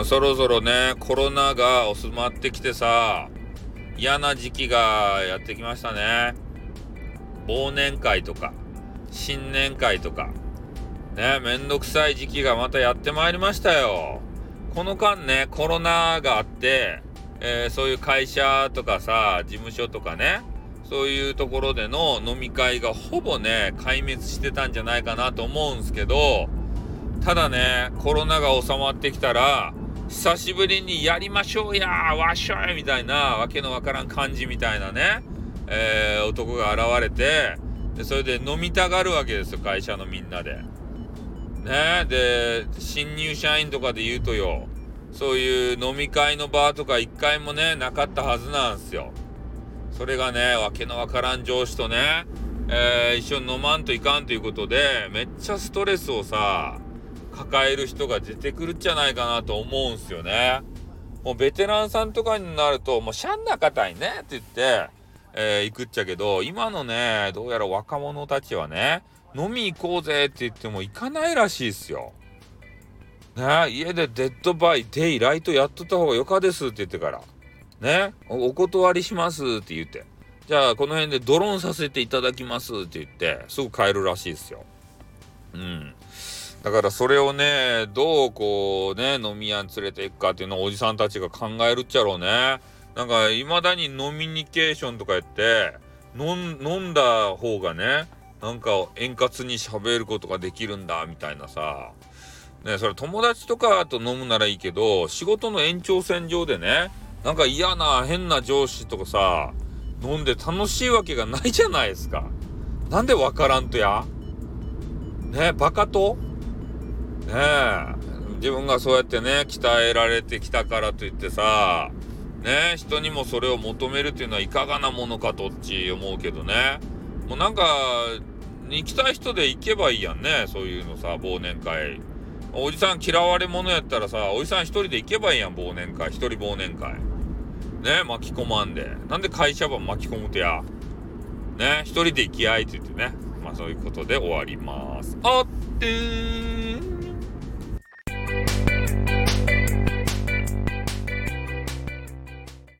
そろそろね、コロナが収まってきてさ、嫌な時期がやってきましたね。忘年会とか、新年会とか、ね、めんどくさい時期がまたやってまいりましたよ。この間ね、コロナがあって、そういう会社とかさ、事務所とかね、そういうところでの飲み会がほぼね、壊滅してたんじゃないかなと思うんすけど、ただね、コロナが収まってきたら、久しぶりにやりましょうやー、わっしょいみたいな、わけのわからん感じみたいなね、男が現れて、でそれで飲みたがるわけですよ、会社のみんなで。ね、で、新入社員とかで言うとよ、そういう飲み会の場とか一回もね、なかったはずなんすよ。それがね、わけのわからん上司とね、一緒に飲まんといかんということで、めっちゃストレスをさ、抱える人が出てくるんじゃないかなと思うんすよね。もうベテランさんとかになると、もうしゃんな方にねって言って、行くっちゃけど、今のね、どうやら若者たちはね、飲み行こうぜって言っても行かないらしいっすよ。ね、家でデッドバイデイライトやっとった方がよかですって言ってから。ね、お断りしますって言って。じゃあこの辺でドローンさせていただきますって言って、すぐ帰るらしいっすよ。うん。だからそれをね、どうこうね、飲み屋に連れていくかっていうのをおじさんたちが考えるっちゃろうね。なんか未だに飲みニケーションとか言って、飲んだ方がね、なんか円滑に喋ることができるんだみたいなさ。ね、それ友達とかと飲むならいいけど、仕事の延長線上でね、なんか嫌な変な上司とかさ、飲んで楽しいわけがないじゃないですか。なんでわからんとやね、バカとねえ、自分がそうやってね、鍛えられてきたからといってさ、ね、人にもそれを求めるっていうのはいかがなものかとっち思うけどね。もうなんか、行きたい人で行けばいいやんね、そういうのさ、忘年会。おじさん嫌われ者やったらさ、おじさん一人で行けばいいやん、忘年会。一人忘年会。ね、巻き込まんで。なんで会社ば巻き込むとや。ね、一人で行き合いって言ってね。まあそういうことで終わります。あってーん。